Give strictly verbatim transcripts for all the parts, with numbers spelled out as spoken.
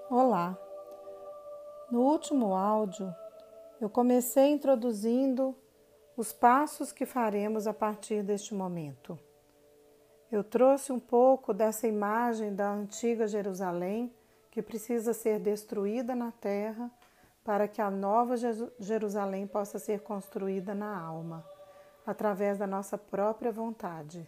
Olá! No último áudio, eu comecei introduzindo os passos que faremos a partir deste momento. Eu trouxe um pouco dessa imagem da antiga Jerusalém que precisa ser destruída na terra para que a nova Jerusalém possa ser construída na alma, através da nossa própria vontade.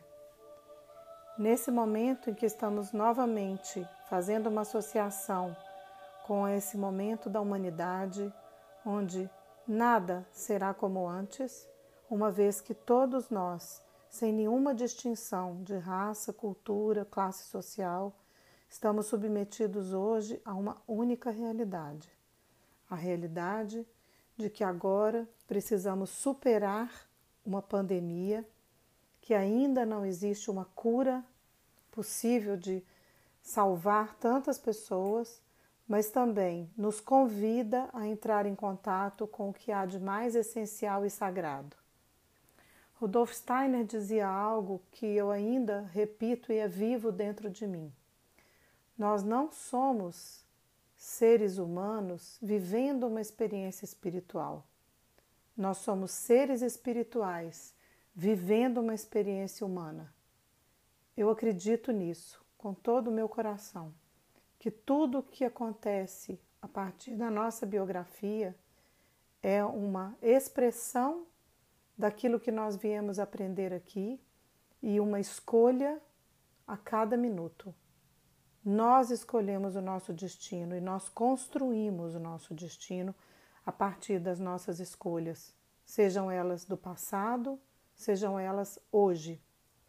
Nesse momento em que estamos novamente fazendo uma associação com esse momento da humanidade, onde nada será como antes, uma vez que todos nós, sem nenhuma distinção de raça, cultura, classe social, estamos submetidos hoje a uma única realidade. A realidade de que agora precisamos superar uma pandemia, que ainda não existe uma cura possível de salvar tantas pessoas, mas também nos convida a entrar em contato com o que há de mais essencial e sagrado. Rudolf Steiner dizia algo que eu ainda repito e é vivo dentro de mim. Nós não somos seres humanos vivendo uma experiência espiritual. Nós somos seres espirituais vivendo uma experiência humana. Eu acredito nisso com todo o meu coração, que tudo o que acontece a partir da nossa biografia é uma expressão daquilo que nós viemos aprender aqui e uma escolha a cada minuto. Nós escolhemos o nosso destino e nós construímos o nosso destino a partir das nossas escolhas, sejam elas do passado, sejam elas hoje.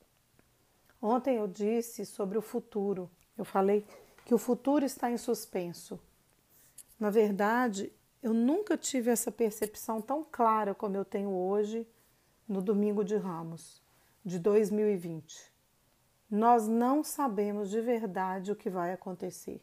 Ontem eu disse sobre o futuro, eu falei que o futuro está em suspenso. Na verdade, eu nunca tive essa percepção tão clara como eu tenho hoje no Domingo de Ramos, de dois mil e vinte. Nós não sabemos de verdade o que vai acontecer.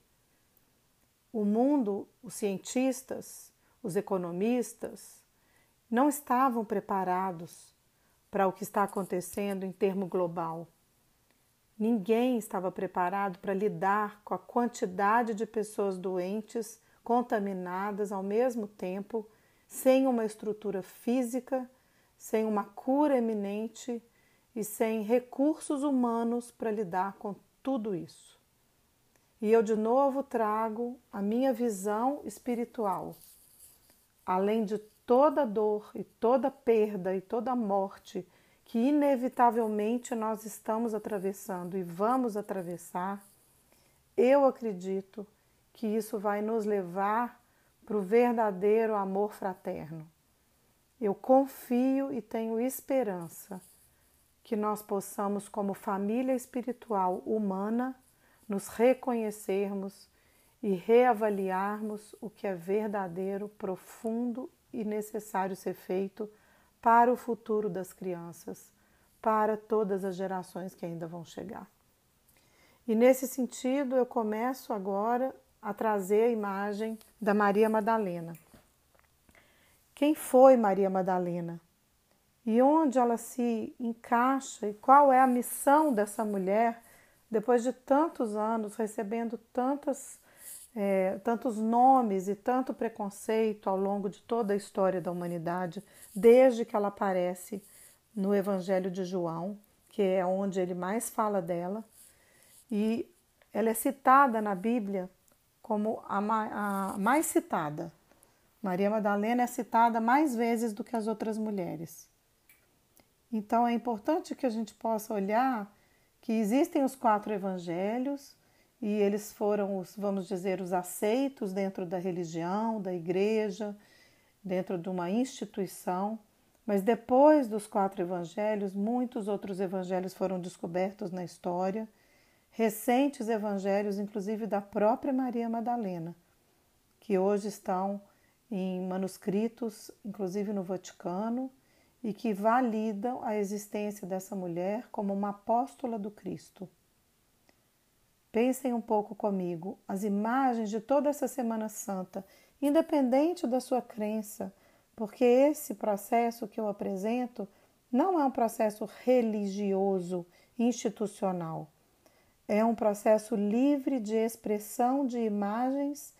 O mundo, os cientistas, os economistas, não estavam preparados para o que está acontecendo em termo global. Ninguém estava preparado para lidar com a quantidade de pessoas doentes, contaminadas ao mesmo tempo, sem uma estrutura física, sem uma cura eminente e sem recursos humanos para lidar com tudo isso. E eu de novo trago a minha visão espiritual. Além de toda dor e toda perda e toda morte que inevitavelmente nós estamos atravessando e vamos atravessar, eu acredito que isso vai nos levar para o verdadeiro amor fraterno. Eu confio e tenho esperança que nós possamos, como família espiritual humana, nos reconhecermos e reavaliarmos o que é verdadeiro, profundo e necessário ser feito para o futuro das crianças, para todas as gerações que ainda vão chegar. E nesse sentido, eu começo agora a trazer a imagem da Maria Madalena. Quem foi Maria Madalena? E onde ela se encaixa e qual é a missão dessa mulher depois de tantos anos recebendo tantas, é, tantos nomes e tanto preconceito ao longo de toda a história da humanidade, desde que ela aparece no Evangelho de João, que é onde ele mais fala dela, e ela é citada na Bíblia como a, ma- a mais citada. Maria Madalena é citada mais vezes do que as outras mulheres. Então é importante que a gente possa olhar que existem os quatro evangelhos e eles foram, os, vamos dizer, os aceitos dentro da religião, da igreja, dentro de uma instituição, mas depois dos quatro evangelhos, muitos outros evangelhos foram descobertos na história, recentes evangelhos, inclusive da própria Maria Madalena, que hoje estão em manuscritos, inclusive no Vaticano, e que validam a existência dessa mulher como uma apóstola do Cristo. Pensem um pouco comigo, as imagens de toda essa Semana Santa, independente da sua crença, porque esse processo que eu apresento não é um processo religioso, institucional. É um processo livre de expressão de imagens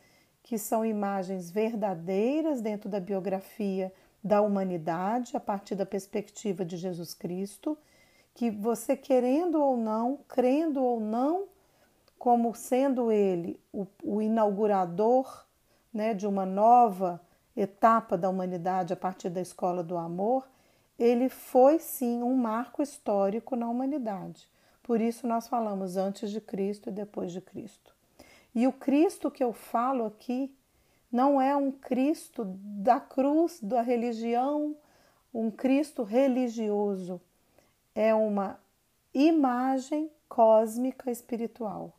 que são imagens verdadeiras dentro da biografia da humanidade, a partir da perspectiva de Jesus Cristo, que você querendo ou não, crendo ou não, como sendo ele o, o inaugurador, né, de uma nova etapa da humanidade a partir da escola do amor, ele foi sim um marco histórico na humanidade. Por isso nós falamos antes de Cristo e depois de Cristo. E o Cristo que eu falo aqui não é um Cristo da cruz, da religião, um Cristo religioso. É uma imagem cósmica espiritual.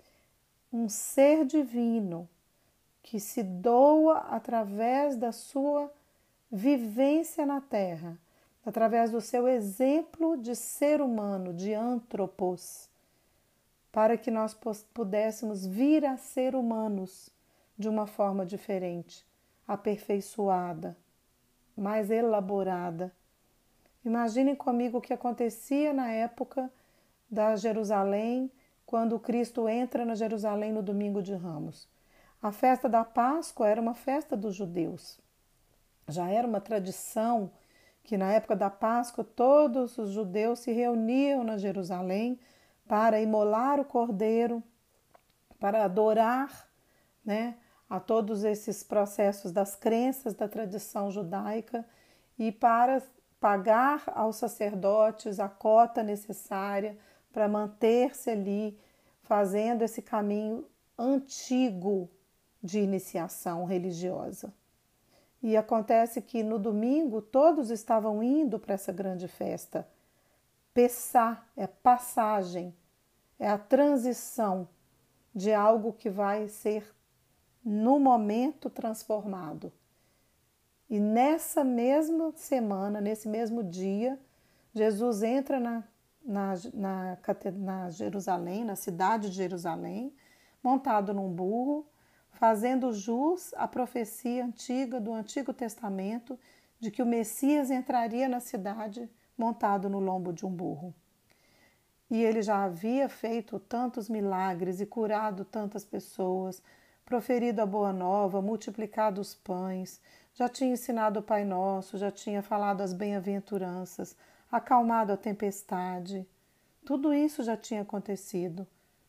Um ser divino que se doa através da sua vivência na Terra, através do seu exemplo de ser humano, de antropos, para que nós pudéssemos vir a ser humanos de uma forma diferente, aperfeiçoada, mais elaborada. Imaginem comigo o que acontecia na época da Jerusalém, quando Cristo entra na Jerusalém no domingo de Ramos. A festa da Páscoa era uma festa dos judeus. Já era uma tradição que na época da Páscoa todos os judeus se reuniam na Jerusalém para imolar o cordeiro, para adorar, né, a todos esses processos das crenças da tradição judaica e para pagar aos sacerdotes a cota necessária para manter-se ali fazendo esse caminho antigo de iniciação religiosa. E acontece que no domingo todos estavam indo para essa grande festa. Pessá é passagem, é a transição de algo que vai ser no momento transformado. E nessa mesma semana, nesse mesmo dia, Jesus entra na, na, na, na Jerusalém, na cidade de Jerusalém, montado num burro, fazendo jus à profecia antiga do Antigo Testamento de que o Messias entraria na cidade montado no lombo de um burro. E ele já havia feito tantos milagres e curado tantas pessoas, proferido a boa nova, multiplicado os pães, já tinha ensinado o Pai Nosso, já tinha falado as bem-aventuranças, acalmado a tempestade. Tudo isso já tinha acontecido.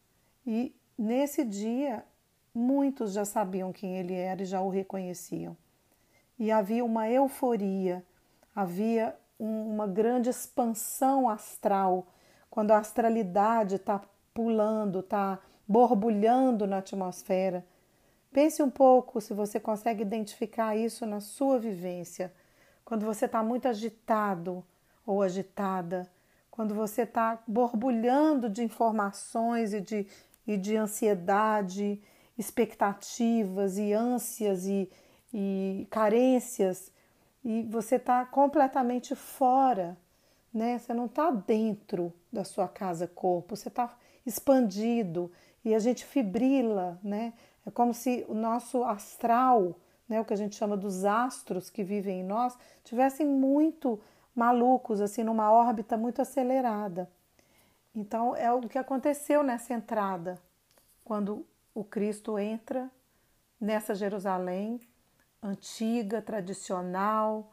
E nesse dia, muitos já sabiam quem ele era e já o reconheciam. E havia uma euforia, havia um, uma grande expansão astral, quando a astralidade está pulando, está borbulhando na atmosfera. Pense um pouco se você consegue identificar isso na sua vivência. Quando você está muito agitado ou agitada, quando você está borbulhando de informações e de, e de ansiedade, expectativas e ânsias e, e carências, e você está completamente fora, né? Você não está dentro da sua casa-corpo, você está expandido e a gente fibrila, né? É como se o nosso astral, né, o que a gente chama dos astros que vivem em nós, tivessem muito malucos, assim, numa órbita muito acelerada. Então, é o que aconteceu nessa entrada, quando o Cristo entra nessa Jerusalém antiga, tradicional,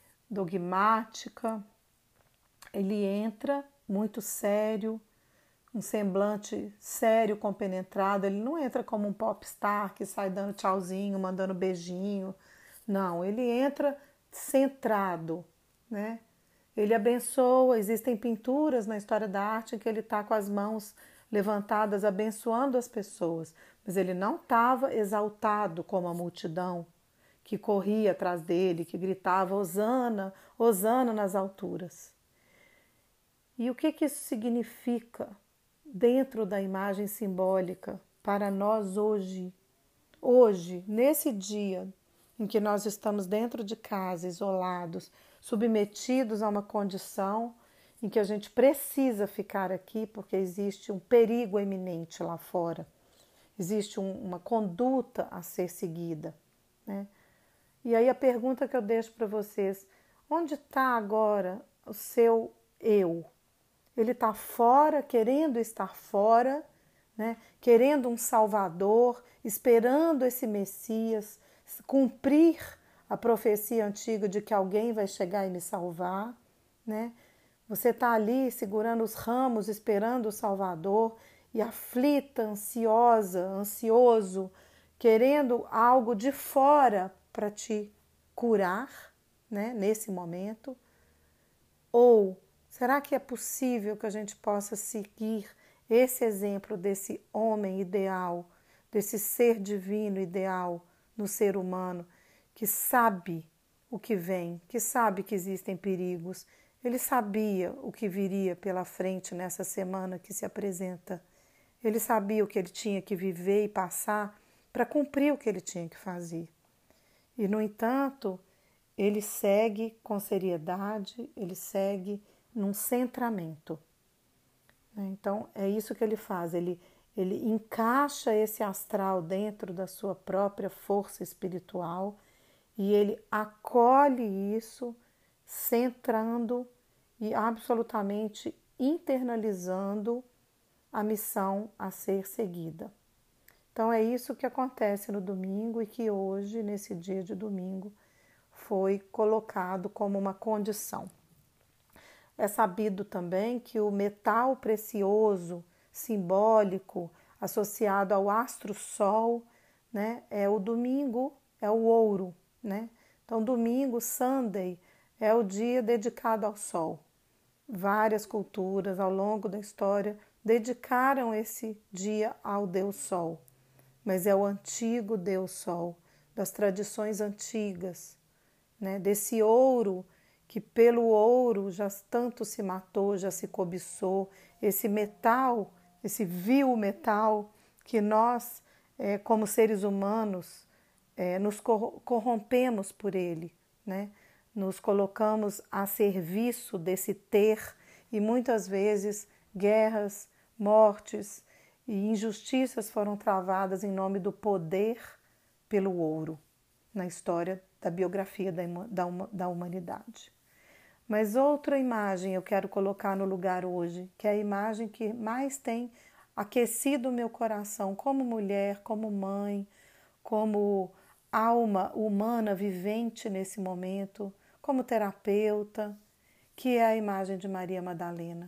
dogmática. Ele entra muito sério, um semblante sério, compenetrado. Ele não entra como um popstar que sai dando tchauzinho, mandando beijinho. Não, ele entra centrado, né? Ele abençoa. Existem pinturas na história da arte em que ele está com as mãos levantadas, abençoando as pessoas. Mas ele não estava exaltado como a multidão que corria atrás dele, que gritava Hosana, Hosana nas alturas. E o que, que isso significa dentro da imagem simbólica para nós hoje? Hoje, nesse dia em que nós estamos dentro de casa, isolados, submetidos a uma condição em que a gente precisa ficar aqui porque existe um perigo iminente lá fora, existe um, uma conduta a ser seguida, né? E aí a pergunta que eu deixo para vocês, onde está agora o seu eu? Ele está fora, querendo estar fora né? Querendo um Salvador, esperando esse Messias cumprir a profecia antiga de que alguém vai chegar e me salvar, né? Você está ali segurando os ramos, esperando o Salvador, e aflita, ansiosa, ansioso, querendo algo de fora para te curar, né, nesse momento? Ou será que é possível que a gente possa seguir esse exemplo desse homem ideal, desse ser divino ideal no ser humano, que sabe o que vem, que sabe que existem perigos? Ele sabia o que viria pela frente nessa semana que se apresenta. Ele sabia o que ele tinha que viver e passar para cumprir o que ele tinha que fazer. E, no entanto, ele segue com seriedade, ele segue num centramento. Então, é isso que ele faz, ele, ele encaixa esse astral dentro da sua própria força espiritual e ele acolhe isso, centrando e absolutamente internalizando a missão a ser seguida. Então, é isso que acontece no domingo e que hoje, nesse dia de domingo, foi colocado como uma condição. É sabido também que o metal precioso, simbólico, associado ao astro-sol, né, é o domingo, é o ouro, né? Então, domingo, Sunday, é o dia dedicado ao sol. Várias culturas ao longo da história dedicaram esse dia ao Deus Sol, mas é o antigo Deus Sol, das tradições antigas, né? Desse ouro que pelo ouro já tanto se matou, já se cobiçou, esse metal, esse vil metal que nós, é, como seres humanos, é, nos corrompemos por ele, né? Nos colocamos a serviço desse ter e muitas vezes guerras, mortes e injustiças foram travadas em nome do poder pelo ouro na história da biografia da, da, da humanidade. Mas outra imagem eu quero colocar no lugar hoje, que é a imagem que mais tem aquecido o meu coração como mulher, como mãe, como alma humana vivente nesse momento, como terapeuta, que é a imagem de Maria Madalena.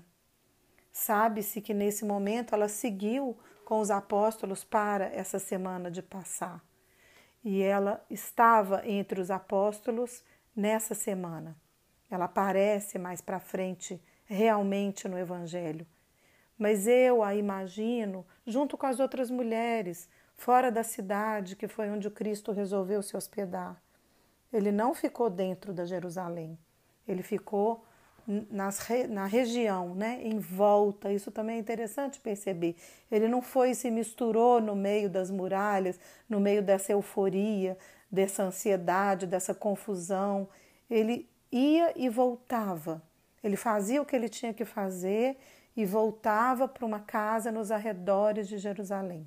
Sabe-se que nesse momento ela seguiu com os apóstolos para essa semana de passar. E ela estava entre os apóstolos nessa semana. Ela aparece mais para frente realmente no Evangelho. Mas eu a imagino junto com as outras mulheres, fora da cidade, que foi onde o Cristo resolveu se hospedar. Ele não ficou dentro da Jerusalém, ele ficou nas, na região, né, em volta. Isso também é interessante perceber. Ele não foi e se misturou no meio das muralhas, no meio dessa euforia, dessa ansiedade, dessa confusão. Ele ia e voltava. Ele fazia o que ele tinha que fazer e voltava para uma casa nos arredores de Jerusalém.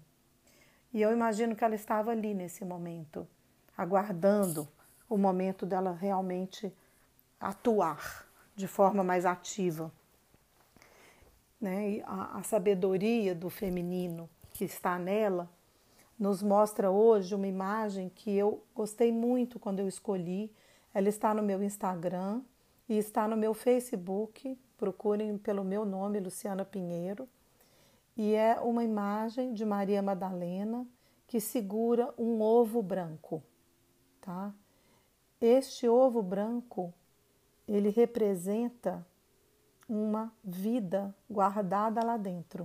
E eu imagino que ela estava ali nesse momento, aguardando o momento dela realmente atuar de forma mais ativa. Né? E a, a sabedoria do feminino que está nela nos mostra hoje uma imagem que eu gostei muito quando eu escolhi. Ela está no meu Instagram e está no meu Facebook. Procurem pelo meu nome, Luciana Pinheiro. E é uma imagem de Maria Madalena que segura um ovo branco, tá? Este ovo branco, ele representa uma vida guardada lá dentro.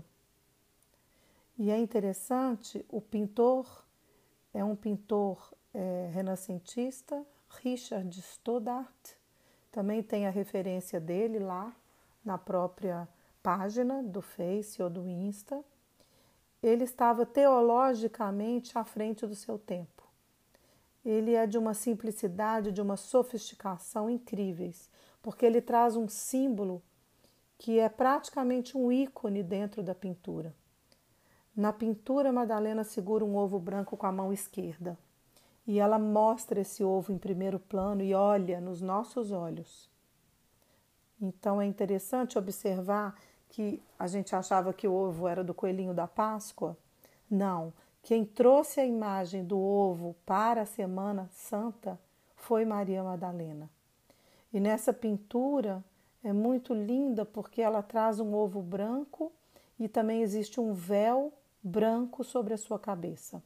E é interessante, o pintor é um pintor é, renascentista, Richard Stoddart, também tem a referência dele lá na própria página do Face ou do Insta. Ele estava teologicamente à frente do seu tempo. Ele é de uma simplicidade, de uma sofisticação incríveis, porque ele traz um símbolo que é praticamente um ícone dentro da pintura. Na pintura, Madalena segura um ovo branco com a mão esquerda e ela mostra esse ovo em primeiro plano e olha nos nossos olhos. Então é interessante observar que a gente achava que o ovo era do coelhinho da Páscoa. Não, quem trouxe a imagem do ovo para a Semana Santa foi Maria Madalena. E nessa pintura é muito linda porque ela traz um ovo branco e também existe um véu branco sobre a sua cabeça.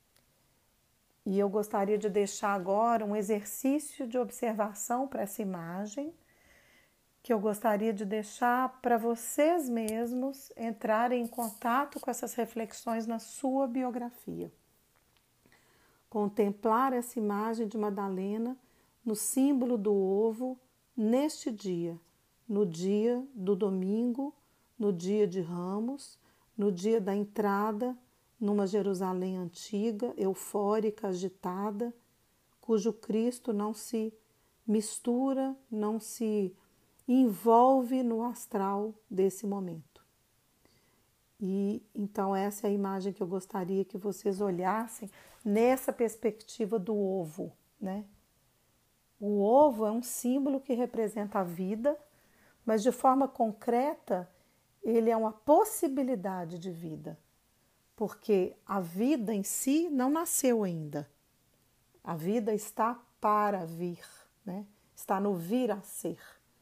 E eu gostaria de deixar agora um exercício de observação para essa imagem, que eu gostaria de deixar para vocês mesmos entrarem em contato com essas reflexões na sua biografia. Contemplar essa imagem de Madalena no símbolo do ovo neste dia, no dia do domingo, no dia de Ramos, no dia da entrada numa Jerusalém antiga, eufórica, agitada, cujo Cristo não se mistura, não se envolve no astral desse momento. E então essa é a imagem que eu gostaria que vocês olhassem nessa perspectiva do ovo, né? O ovo é um símbolo que representa a vida, mas de forma concreta ele é uma possibilidade de vida, porque a vida em si não nasceu ainda. A vida está para vir, né? Está no vir a ser.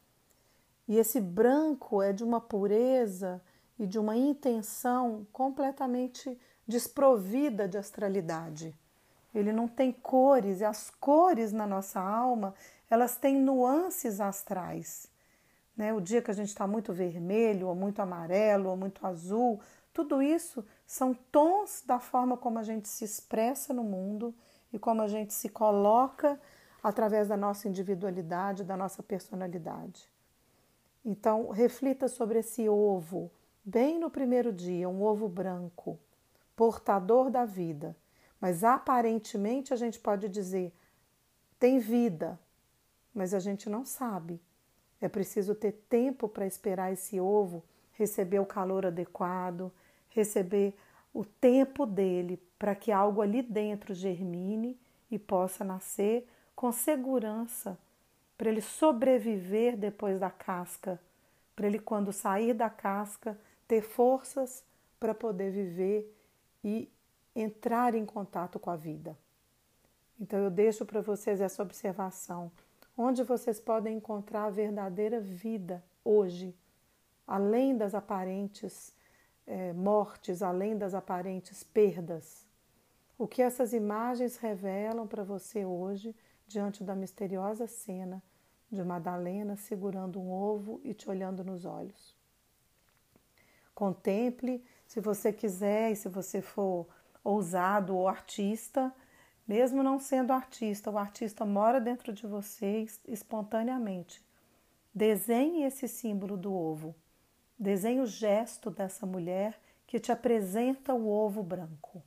E esse branco é de uma pureza e de uma intenção completamente desprovida de astralidade. Ele não tem cores, e as cores na nossa alma, elas têm nuances astrais. Né? O dia que a gente está muito vermelho, ou muito amarelo, ou muito azul, tudo isso são tons da forma como a gente se expressa no mundo e como a gente se coloca através da nossa individualidade, da nossa personalidade. Então, reflita sobre esse ovo, bem no primeiro dia, um ovo branco, portador da vida. Mas aparentemente a gente pode dizer, tem vida, mas a gente não sabe. É preciso ter tempo para esperar esse ovo receber o calor adequado, receber o tempo dele para que algo ali dentro germine e possa nascer com segurança, para ele sobreviver depois da casca, para ele, quando sair da casca, ter forças para poder viver e entrar em contato com a vida. Então eu deixo para vocês essa observação, onde vocês podem encontrar a verdadeira vida hoje, além das aparentes é, mortes, além das aparentes perdas. O que essas imagens revelam para você hoje, diante da misteriosa cena de Madalena segurando um ovo e te olhando nos olhos. Contemple, se você quiser e se você for ousado ou artista, mesmo não sendo artista, o artista mora dentro de você espontaneamente. Desenhe esse símbolo do ovo. Desenhe o gesto dessa mulher que te apresenta o ovo branco.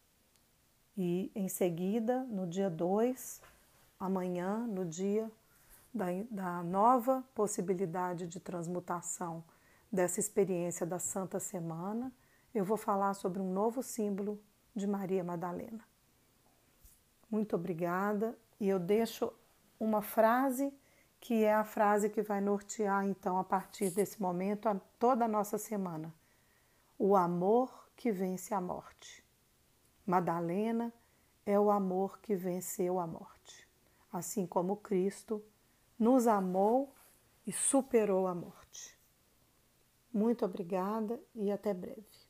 E em seguida, no dia dois, amanhã, no dia da, da nova possibilidade de transmutação dessa experiência da Santa Semana, eu vou falar sobre um novo símbolo de Maria Madalena. Muito obrigada, e eu deixo uma frase que é a frase que vai nortear, então, a partir desse momento, a toda a nossa semana. O amor que vence a morte. Madalena é o amor que venceu a morte, assim como Cristo nos amou e superou a morte. Muito obrigada e até breve.